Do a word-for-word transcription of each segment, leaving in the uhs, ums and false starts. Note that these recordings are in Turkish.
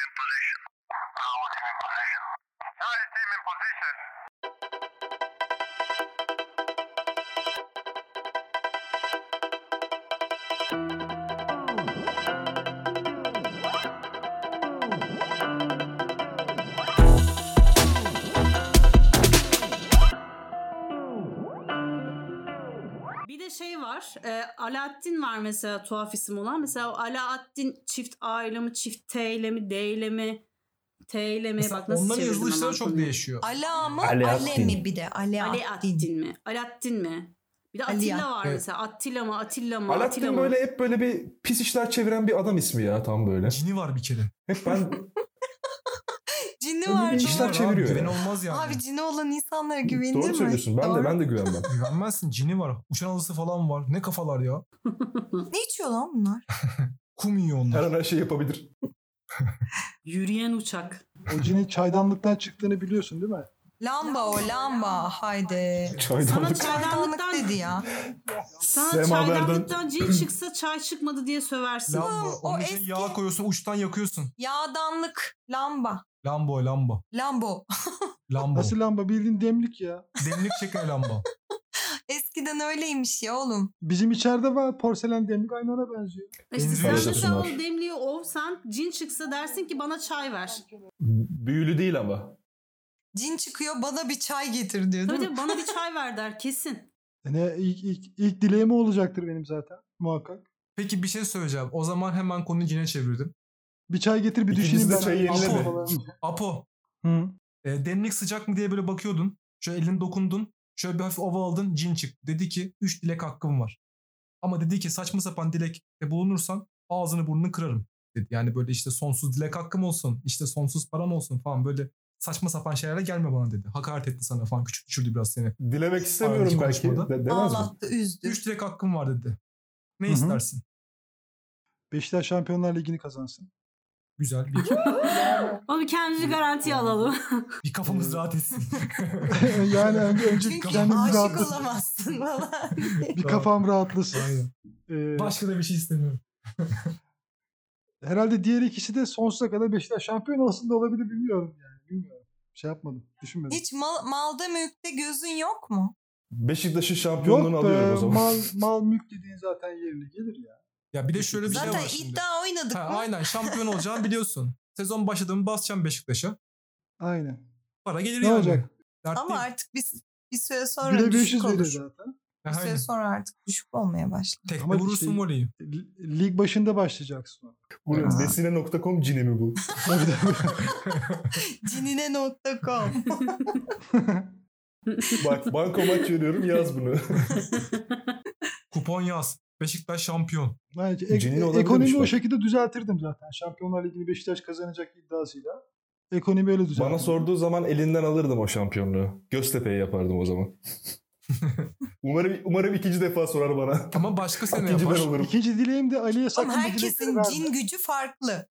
Bir de şey var. E, Alaaddin var mesela, tuhaf isim olan. Mesela o Alaaddin çift A ile mi, çift T ile mi, D ile mi, T ile mi? Mesela Bak nasıl onların çevirdim yazılışları hemen çok konuyu. değişiyor. Ala mı? Alaaddin. Ale mi bir de? Alaaddin. Alaaddin mi? Alaaddin mi? Bir de Atilla Aliya. var Evet. mesela. Attila mı? Atilla mı? Atilla Alaaddin mı? böyle hep böyle bir pis işler çeviren bir adam ismi ya, tam böyle. Cini var bir kere. Hep ben Cini Öyle var. bir Cini işler var. çeviriyor Güven ya. olmaz yani. Abi cini olan insanlara güvenilir mi? doğru söylüyorsun. Ben Doğru. de ben de güvenmem. Güvenmezsin, cini var. Uçan alısı falan var. Ne kafalar ya. Ne içiyor lan bunlar? Kum yiyor onlar. Her an her şey yapabilir. Yürüyen uçak. O cinin çaydanlıktan çıktığını biliyorsun değil mi? Lamba o lamba. Haydi. Sana Çaydanlık. Çaydanlık çaydanlıktan dedi ya. sana Semaverden- çaydanlıktan cin çıksa çay çıkmadı diye söversin. Lamba. o Onun için eski- yağ koyuyorsun, uçtan yakıyorsun. Yağdanlık. Lamba. Lambo, lamba. Lambo. Lambo. Nasıl lamba, bildiğin demlik ya. Demlik çeken lamba. Eskiden öyleymiş ya oğlum. Bizim içeride var porselen demlik, aynı ona benziyor. İşte Benziyor sen işte. mesela o demliği ovsan, cin çıksa dersin ki bana çay ver. Büyülü değil ama. Cin çıkıyor bana bir çay getir diyor değil Tabii mi? tabii, bana bir çay ver der kesin. Ne ilk, ilk, ilk dileğim o olacaktır benim zaten muhakkak. Peki bir şey söyleyeceğim. O zaman hemen konuyu cine çevirdim. Bir çay getir, bir İkincisi düşüneyim de ben. çayı yenileme. Apo. Apo. Hı. E, demlik sıcak mı diye böyle bakıyordun. Şöyle elini dokundun. Şöyle bir hafif ova aldın. Cin çıktı. Dedi ki üç dilek hakkım var. Ama dedi ki saçma sapan dilekte bulunursan ağzını burnunu kırarım dedi. Yani böyle işte sonsuz dilek hakkım olsun. İşte sonsuz param olsun falan. Böyle saçma sapan şeylerle gelme bana dedi. Hakaret etti sana falan. Küçük düşürdü biraz seni. Dilemek istemiyorum Aradaki belki. konuşmada. De, demez mi? Ağlattı, üzdü. Üç dilek hakkım var dedi. Ne Hı hı. istersin? Beşiktaş Şampiyonlar Ligi'ni kazansın. Güzel bir, Onu kendimizi garantiye alalım. bir kafamız rahat etsin. Yani önce, önce Çünkü kendimizi aşık rahatlasın. olamazsın falan. Bir kafam rahatlasın. Aynen. Ee, Başka da bir şey istemiyorum. herhalde diğer ikisi de sonsuza kadar Beşiktaş şampiyon olsun da olabilir, bilmiyorum yani. Bilmiyorum. Şey yapmadım. Düşünmedim. Hiç mal, malda mülkte gözün yok mu? Beşiktaş'ın şampiyonluğunu Yok alıyorum be, o zaman. mal, mal mülk dediğin zaten yerine gelir ya. Ya bir de şöyle bir şey Zaten var şimdi. iddia oynadık Ha, mı? aynen şampiyon olacağını biliyorsun. Sezon başladı mı basacaksın Beşiktaş'a. Aynen. Para gelir Ne yani. olacak? Dert Ama değil. artık biz bir süre sonra Bire beş düşük yüz verir olur. zaten. Ha, Bir süre aynen. sonra artık düşük olmaya başlar. Tekte Ama vurursun işte- voleyi. L- Lig başında başlayacaksın. Bu Aa. desine nokta com cini mi bu? cinine nokta com Bak bankomat veriyorum, yaz bunu. Kupon yaz. Beşiktaş şampiyon. Bence ek- Cinin olabilirmiş ekonomi o bak. şekilde düzeltirdim zaten. Şampiyonlar Ligi'ni Beşiktaş kazanacak iddiasıyla. Ekonomi öyle düzeltirdim. Bana sorduğu zaman elinden alırdım o şampiyonluğu. Göztepe'ye yapardım o zaman. umarım umarım ikinci defa sorar bana. Ama başka sene İkinci ben yapar. olurum. İkinci dileğim de Ali'ye sakın Ama bu herkesin dilekleri cin verme. gücü farklı.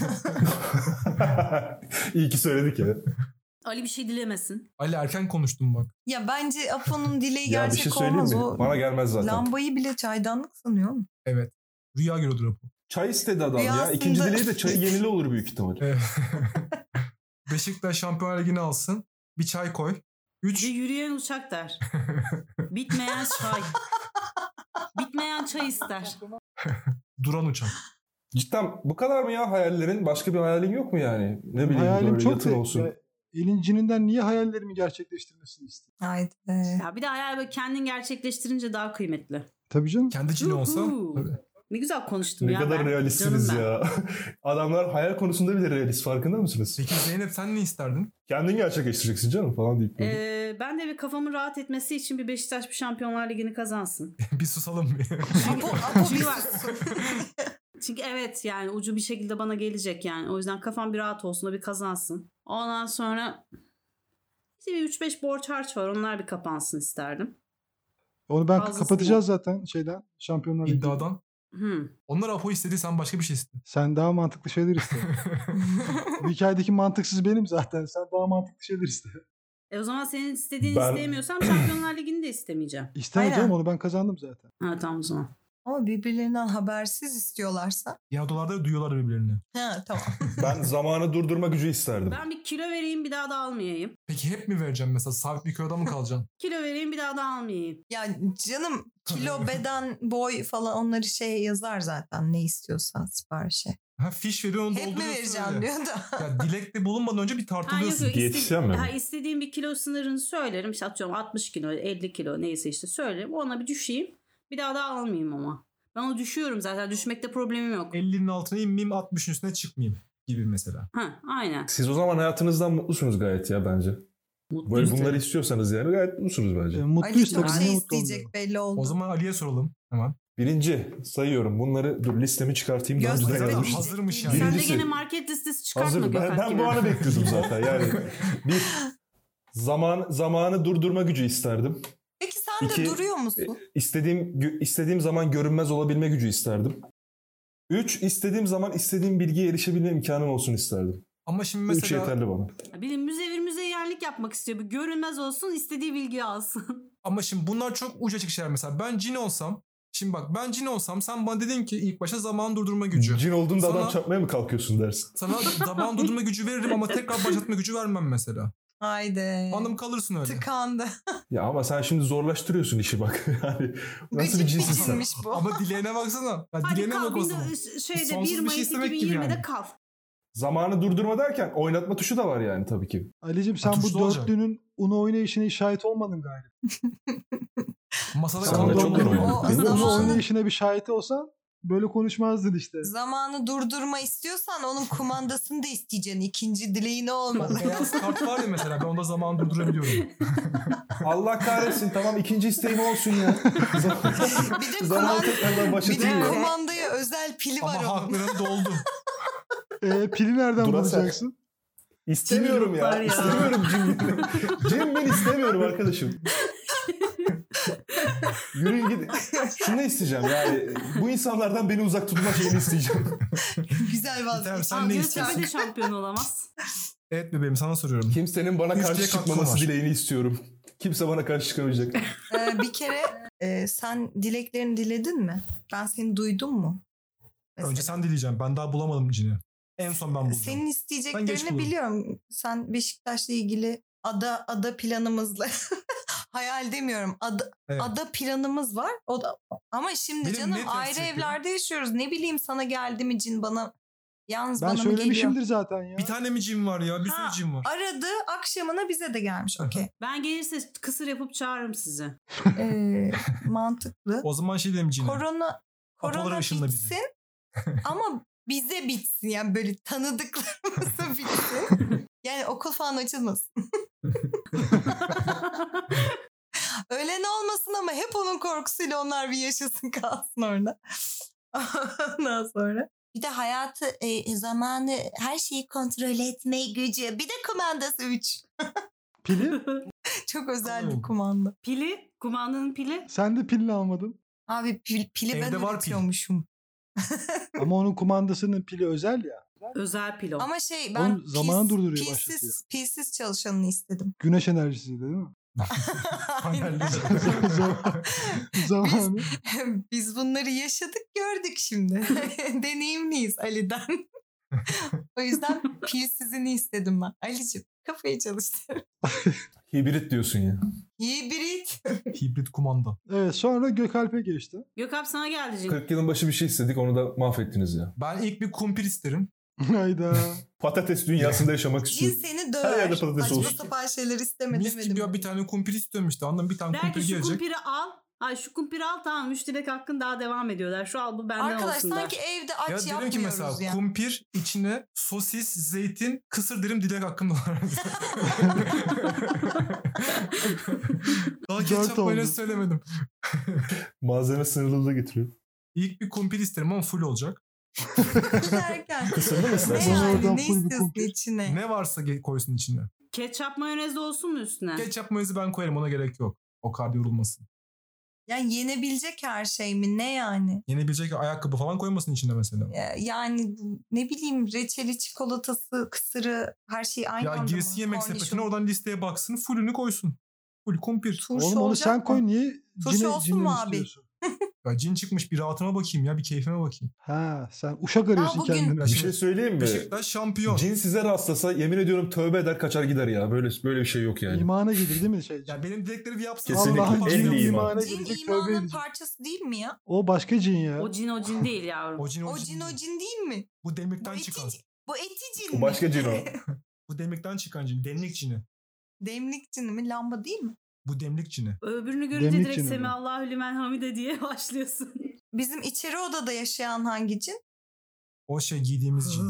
İyi ki söyledik ya. Ali bir şey dilemesin. Ali erken konuştum bak. Ya bence Apo'nun dileği Ya bir gerçek şey söyleyeyim olmaz. mi? O Bana gelmez zaten. lambayı bile çaydanlık sanıyor mu? Evet. Rüya görüyordur Apo. Çay istedi adam ya. Rüyasında- İkinci dileği de çayı yenili olur büyük ihtimal. Evet. Beşiktaş Şampiyonlar Ligi'ni alsın. Bir çay koy. Bir Üç. yürüyen uçak der. Bitmeyen çay. Bitmeyen çay ister. Duran uçak. Cidden bu kadar mı ya hayallerin? Başka bir hayalin yok mu yani? Ne bileyim Hayalim böyle çok yatır da- olsun. ya, elin cininden niye hayallerimi gerçekleştirmesini istiyor? Haydi. Ya bir de hayal böyle kendin gerçekleştirince daha kıymetli. Tabii canım. Kendi cini olsa. Uhu. Tabii. Ne güzel konuştum Ne ya. kadar ben. realistsiniz Canım ben. ya. Adamlar hayal konusunda bile realist, farkında mısınız? Peki Zeynep sen ne isterdin? Kendin gerçekleştireceksin canım falan deyip. böyle. Ee, ben de bir kafamın rahat etmesi için bir Beşiktaş bir Şampiyonlar Ligi'ni kazansın. bir susalım bir. Apo, Apo Çünkü bir bak- Çünkü evet yani ucu bir şekilde bana gelecek yani. O yüzden kafam bir rahat olsun da bir kazansın. Ondan sonra işte bir üç beş borç harç var. Onlar bir kapansın isterdim. Onu ben Fazlasını kapatacağız zaten şeyden. Şampiyonlar Ligi. İddiadan. Hmm. Onlar Apo istedi sen başka bir şey istedin. Sen daha mantıklı şeyler iste. Bu hikayedeki mantıksız benim zaten. Sen daha mantıklı şeyler iste. E o zaman senin istediğini Ben- isteyemiyorsam Şampiyonlar Ligi'ni de istemeyeceğim. İstemeyeceğim, Aynen. onu ben kazandım zaten. Ha tamam o zaman. Ama birbirlerinden habersiz istiyorlarsa. Diğer odalarda duyuyorlar birbirlerini. Ha tamam. Ben zamanı durdurma gücü isterdim. Ben bir kilo vereyim bir daha da almayayım. Peki hep mi vereceğim mesela? Sabit bir kiloda mı kalacaksın? Kilo vereyim bir daha da almayayım. Ya canım kilo, beden, boy falan onları şey yazar zaten ne istiyorsan siparişe. Ha fiş veriyor onu Hep mi dolduruyorsun vereceğim öyle. diyor da. Ya dilekte bulunmadan önce bir Ha, yok, tartılıyorsun. yok, Diyetisyen istedi- mi? ha, istediğim bir kilo sınırını söylerim. İşte atıyorum altmış kilo, elli kilo neyse işte söylerim. Ona bir düşeyim. Bir daha da almayayım ama. Ben onu düşüyorum zaten. Düşmekte problemim yok. ellinin altına inmeyeyim, altmışın üstüne çıkmayayım gibi mesela. Ha, aynen. Siz o zaman hayatınızdan mutlusunuz gayet ya bence. Mutluyum. Böyle bunları istiyorsanız yani gayet mutlusunuz bence. E, Ali mutluyuz çok tabii. şey niye mutlu isteyecek olmayalım? belli oldu. O zaman Ali'ye soralım hemen. Birinci sayıyorum. Bunları dur listemi çıkartayım. Daha Göster- önceden Zaten yazmıştım. hazırmış Sen yani. de Birincisi- gene market listesi çıkartma Hazır. Ben, Gökhan ben gibi. bu anı bekliyordum zaten. Yani bir zaman zamanı durdurma gücü isterdim. Peki sen İki- de duruyor musun? İstediğim gö- istediğim zaman görünmez olabilme gücü isterdim. Üç, istediğim zaman istediğim bilgiye erişebilme imkanım olsun isterdim. Ama şimdi Üç mesela yeterli bana. Bilim müzevir müzeyyenlik yapmak istiyor. Bir görünmez olsun istediği bilgiyi alsın. ama şimdi bunlar çok uç açık şeyler mesela. Ben cin olsam, şimdi bak ben cin olsam sen bana dedin ki ilk başta zaman durdurma gücü. Cin olduğunda Sana- adam çarpmaya mı kalkıyorsun dersin? Sana zaman durdurma gücü veririm ama tekrar başlatma gücü vermem mesela. Haydi. Anım kalırsın öyle. Tıkandı. Ya ama sen şimdi zorlaştırıyorsun işi bak. Yani nasıl bir Gıcık bir cinsin sen? cinmiş bu. Ama dileğine baksana. Ya Hadi dileğine kal bak o zaman. bin- şeyde Sonsuz bir bir şey Mayıs istemek gibi iki bin yirmide yani. kal. Zamanı durdurma derken oynatma tuşu da var yani tabii ki. Ali'cim sen Tuşlu bu olacak. dörtlünün Uno oynayışına şahit olmadın galiba. Masada Sen kalan de çok oynuyor. oynadın. O Benim Uno zamanı- oynayışına bir şahit olsan böyle konuşmazdın işte. Zamanı durdurma istiyorsan onun kumandasını da isteyeceksin. İkinci dileği ne olmalı? Beyaz kart var ya mesela ben onda zaman durdurabiliyorum. Allah kahretsin tamam ikinci isteğim olsun ya. Bir de, Zamanı kuman- tekrardan bir de başlatayım. kumandaya özel pili var Ama onun. hakların doldu. E, pili nereden Duracell. bulacaksın? İstemiyorum Cin ya. yok var ya. İstemiyorum cin. Cin ben istemiyorum arkadaşım. Yürüyün gidin. Şunu isteyeceğim yani. Bu insanlardan beni uzak tutma şeyini isteyeceğim. Güzel Tamam, vazgeç. sen Aa, ne Göztepe istiyorsun? de şampiyon olamaz. Evet bebeğim sana soruyorum. Kimsenin bana Üç karşı dilek hakkım çıkmaması var. dileğini istiyorum. Kimse bana karşı çıkamayacak. Ee, bir kere e, sen dileklerini diledin mi? Ben seni duydum mu? Mesela. Önce sen dileyeceksin. Ben daha bulamadım cini. En son ben bulacağım. Senin Ben geç isteyeceklerini bulurum. biliyorum. Sen Beşiktaş'la ilgili ada ada planımızla hayal demiyorum. Ada, Evet. ada planımız var. O da ama şimdi Benim canım ne ters ayrı yapıyor? evlerde yaşıyoruz. Ne bileyim sana geldi mi cin bana yalnız Ben bana mı geliyor? söylemişimdir zaten ya. Bir tane mi cin var ya? Bir sürü Ha, cin var. Aradı akşamına bize de gelmiş. Aha. Okey. Ben gelirse kısır yapıp çağırırım sizi. Ee, mantıklı. O zaman şey diyeyim cine. Korona Kapıları korona ışınla bizi. bitsin ama bize bitsin yani böyle tanıdıklarımıza bitsin. Yani okul falan açılmasın. Öyle ne olmasın ama hep onun korkusuyla onlar bir yaşasın kalsın orada. Ondan sonra. Bir de hayatı, e, zamanı, her şeyi kontrol etme gücü. Bir de kumandası üç. Pili? Çok özel Oo. bir kumanda. Pili, kumandanın pili. Sen de pilini almadın. Abi pil, pili ben Evde var pil. üretiyormuşum. Ama onun kumandasının pili özel ya. Özel pil o. Ama şey ben Oğlum, zamanı durduruyor, pilsiz, başlatıyor. pilsiz çalışanını istedim. Güneş enerjisiydi değil mi? Panelli. Zaman- Zamanı. Biz bunları yaşadık gördük şimdi. Deneyimliyiz Ali'den. O yüzden pilsizini istedim ben. Ali'cim kafayı çalıştır. Hibrit diyorsun ya. Hibrit. Hibrit kumanda. Evet sonra Gökalp'e geçti. Gökalp sana geldi Cin. kırk yılın başı bir şey istedik onu da mahvettiniz ya. Ben ilk bir kumpir isterim. Hayda. Patates dünyasında yaşamak Cin istiyorum. seni Her döver. yerde patates Saçma olsun. sapan şeyler isteme Mis demedim. gibi ya bir tane kumpir istiyorum işte. Anladın bir tane Der kumpir ki şu gelecek. kumpiri al. Ay şu kumpiri al tamam müşterek hakkın daha devam ediyor der. Şu al bu benden Arkadaş olsun sanki der. evde Ya aç dedim ki yapmıyoruz mesela ya. kumpir içine sosis, zeytin, kısır derim dilek hakkım da var. Daha Dört ketçap oldu. mayonez söylemedim. Malzeme sınırlılığı getiriyor. İlk bir kumpir isterim ama full olacak. Derken. Kısırlı mı Ne istersin? Bana oradan yani ne full bir istiyorsun kumpir. içine? Ne varsa ge- koysun içine. Ketçap mayonez de olsun mu üstüne? Ketçap mayonezi ben koyarım ona gerek yok. O kadar yorulmasın. Yani yenebilecek her şey mi? Ne yani? Yenebilecek ayakkabı falan koymasın içinde mesela. Ya- Yani ne bileyim reçeli, çikolatası, kısırı her şey aynı Ya anda mı? girsin yemek Kornişon, sepetine oradan listeye baksın. Fullünü koysun. Full kumpir. turşu Oğlum onu olacak sen mı? koy niye Turşu cine, olsun cinle mu abi? istiyorsun? Ya cin çıkmış, bir rahatıma bakayım ya, bir keyfime bakayım. Ha sen uşak arıyorsun Aa, bugün- kendine. Bir şey söyleyeyim mi? Beşiktaş şampiyon. Cin size rastlasa yemin ediyorum tövbe eder kaçar gider ya. Böyle böyle bir şey yok yani. İmana gelir değil mi şey? Ya benim dilekleri bir yapsın. Kesinlikle. Allah'ın En cini iyi iman. imana Cin gelecek tövbe imanın edecek. parçası değil mi ya? O başka cin ya. O cin o cin değil yavrum. O cin o, O cin cin o değil. cin değil mi? Bu Bu demlikten eti, çıkan. bu eti cin O mi? başka cin o. Bu demlikten çıkan cin. Demlik cini. Demlik cini mi? Lamba değil mi? Bu demlik cini. Öbürünü görünce Demlik direkt cini Semi mi? Allahu limen hamide diye başlıyorsun. Bizim içeri odada yaşayan hangi cin? O şey giydiğimiz cin.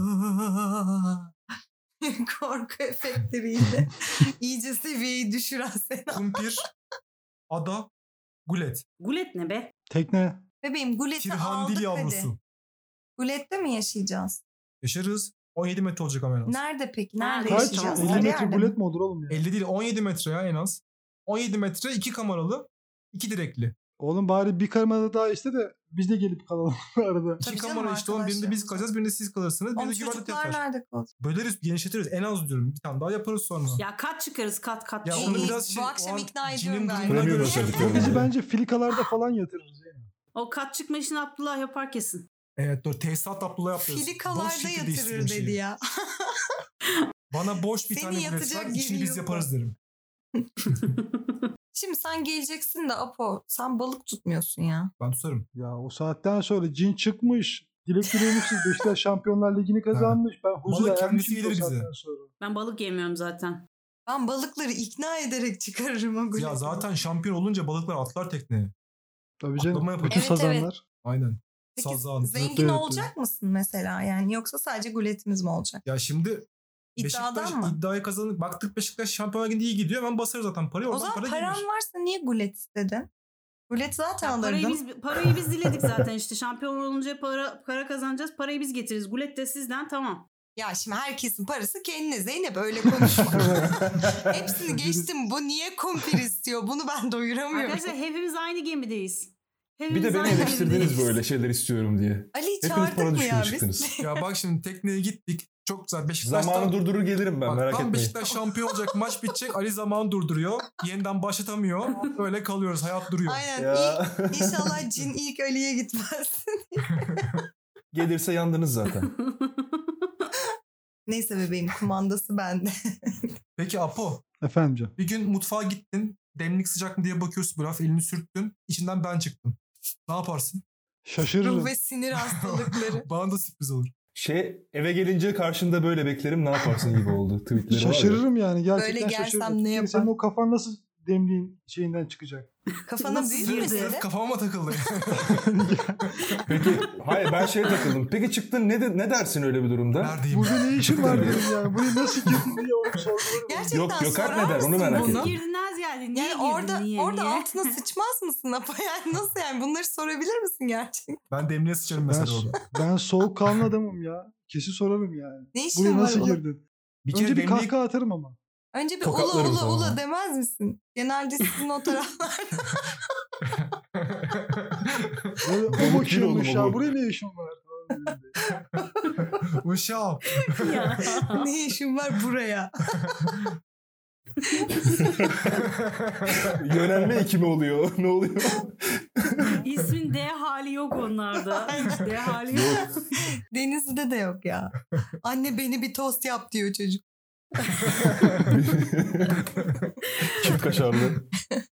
Korku efektleriyle iyice seviyeyi düşüren seni. Kumpir, ada, gulet. Gulet ne be? Tekne. Bebeğim Gulet'i Tirhandil aldık hadi. yavrusu. Gulet'te mi yaşayacağız? Yaşarız. on yedi metre olacak ama en az. Nerede peki? Nerede Kaç? Kaç? yaşayacağız? elli Her metre yerde mi? gulet mi olur oğlum ya? elli değil, on yedi metre ya en az. on yedi metre, iki kameralı, iki direkli. Oğlum bari bir kamera daha iste de biz de gelip kalalım arada. İki Tabii canım, kamera işte, onun birinde biz arkadaşlarımız. kalacağız, birinde siz kalırsınız, Oğlum birinde güvenlik çocuklar yatar. nerede kalacak? Böleriz, genişletiriz en az diyorum. Bir tane daha yaparız sonra. Ya kat çıkarız kat kat. Ya İyi, onu iyi. biraz şey, Bu o akşam an ikna cinin ediyorum galiba. durumuna Premium göre- özellikleri. Bizi bence filikalarda falan yatırırız yani. O kat çıkma işini Abdullah yapar kesin. Evet doğru, tesisat Abdullah yapıyoruz. Boş Filikalarda şekilde yatırır istedim şeyi. dedi ya. Bana boş bir Seni tane bilet yatacak ver, yeri içini biz yok. yaparız derim. Şimdi sen geleceksin de Apo sen balık tutmuyorsun ya. Ben tutarım. Ya o saatten sonra cin çıkmış. Dilek dilemişiz. Beşiktaş Şampiyonlar Ligi'ni kazanmış. Ben huzura Balık ermişim kendisi o gelir bize. saatten sonra. Ben balık yemiyorum zaten. Ben balıkları ikna ederek çıkarırım o Gulet'i. Ya zaten şampiyon olunca balıklar atlar tekneye. Tabii canım. Atlama yapacak. Bütün Evet, evet. sazanlar. Aynen. Peki Sazan. zengin Evet, evet. olacak mısın mesela yani yoksa sadece Gulet'imiz mi olacak? Ya şimdi İddiadan Beşiktaş mı? iddiayı kazanıp baktık Beşiktaş Şampiyonlar Ligi'nde iyi gidiyor. Hemen basarız zaten parayı. O Oradan zaman para paran gelir. varsa niye Gulet istedin? Gulet zaten Ya parayı alırdın. biz parayı biz diledik zaten işte. Şampiyon olunca para para kazanacağız. Parayı biz getiririz. Gulet de sizden, tamam. Ya şimdi herkesin parası kendine Zeynep öyle konuşma. Hepsini geçtim. Bu niye kumpir istiyor? Bunu ben doyuramıyorum. Arkadaşlar hepimiz aynı gemideyiz. Bir Hepimiz de beni aynı eleştirdiniz gemideyiz. böyle şeyler istiyorum diye. Ali'yi Hepiniz çağırdık para mı düşkünü ya biz? çıktınız. Ya bak şimdi tekneye gittik. Çok güzel. Beşiktaş'tan... Zamanı durdurur gelirim ben, Bak, merak tam etmeyin. Beşiktaş şampiyon olacak. Maç bitecek. Ali zamanı durduruyor. Yeniden başlatamıyor. Böyle kalıyoruz. Hayat duruyor. Aynen. Ya. İlk, inşallah cin ilk Ali'ye gitmez. Gelirse yandınız zaten. Neyse bebeğim kumandası bende. Peki Apo. Efendim canım. Bir gün mutfağa gittin. Demlik sıcak mı diye bakıyorsun. Böyle hafif elini sürttün. İçinden ben çıktım. Ne yaparsın? Şaşırırım. Ruh ve sinir hastalıkları. Bana da sürpriz olur. Şey, eve gelince karşında böyle beklerim, ne yaparsın gibi oldu. Tweetleri var ya. Şaşırırım yani. Gerçekten Böyle gelsem şaşırırım. ne yapar? Senin o kafan nasıl demliğin şeyinden çıkacak? Kafana Nasıl büyük mü girdi? senin? Kafama mı takıldı? Peki, hayır ben şeye takıldım. Peki çıktın ne, de, ne dersin öyle bir durumda? Neredeyim? Burada ne işin var dedim yani. Buraya nasıl girdin diye onu sorgularım. Gerçekten Yok, Gökhan sorar ne der? Onu mısın merak bunu? ettim. Nasıl girdiniz yani? Niye Yani girdin? orada niye, orada niye? altına sıçmaz mısın Apa? Yani nasıl yani? Bunları sorabilir misin gerçekten? Ben demliğe sıçarım Ben, mesela orada. ben soğukkanlı adamım ya. Kesin sorarım yani. Ne işin Buraya var nasıl oğlum? girdin? Bir kere Önce bir demliği... kahkaha atarım ama. Önce bir ula Tokatlarım ula sana. ula demez misin? Genelde sizin o taraflarda. Böyle, o Balık bakıyormuş değil ya. oğlum o. Buraya ne işin var? Uşağım. Ya. Ne işin var buraya? Yönelme ekimi oluyor. Ne oluyor? İsmin D hali yok onlarda. D hali yok. Yok. Denizli'de de yok ya. Anne beni bir tost yap diyor çocuk. Çift kaşarlı.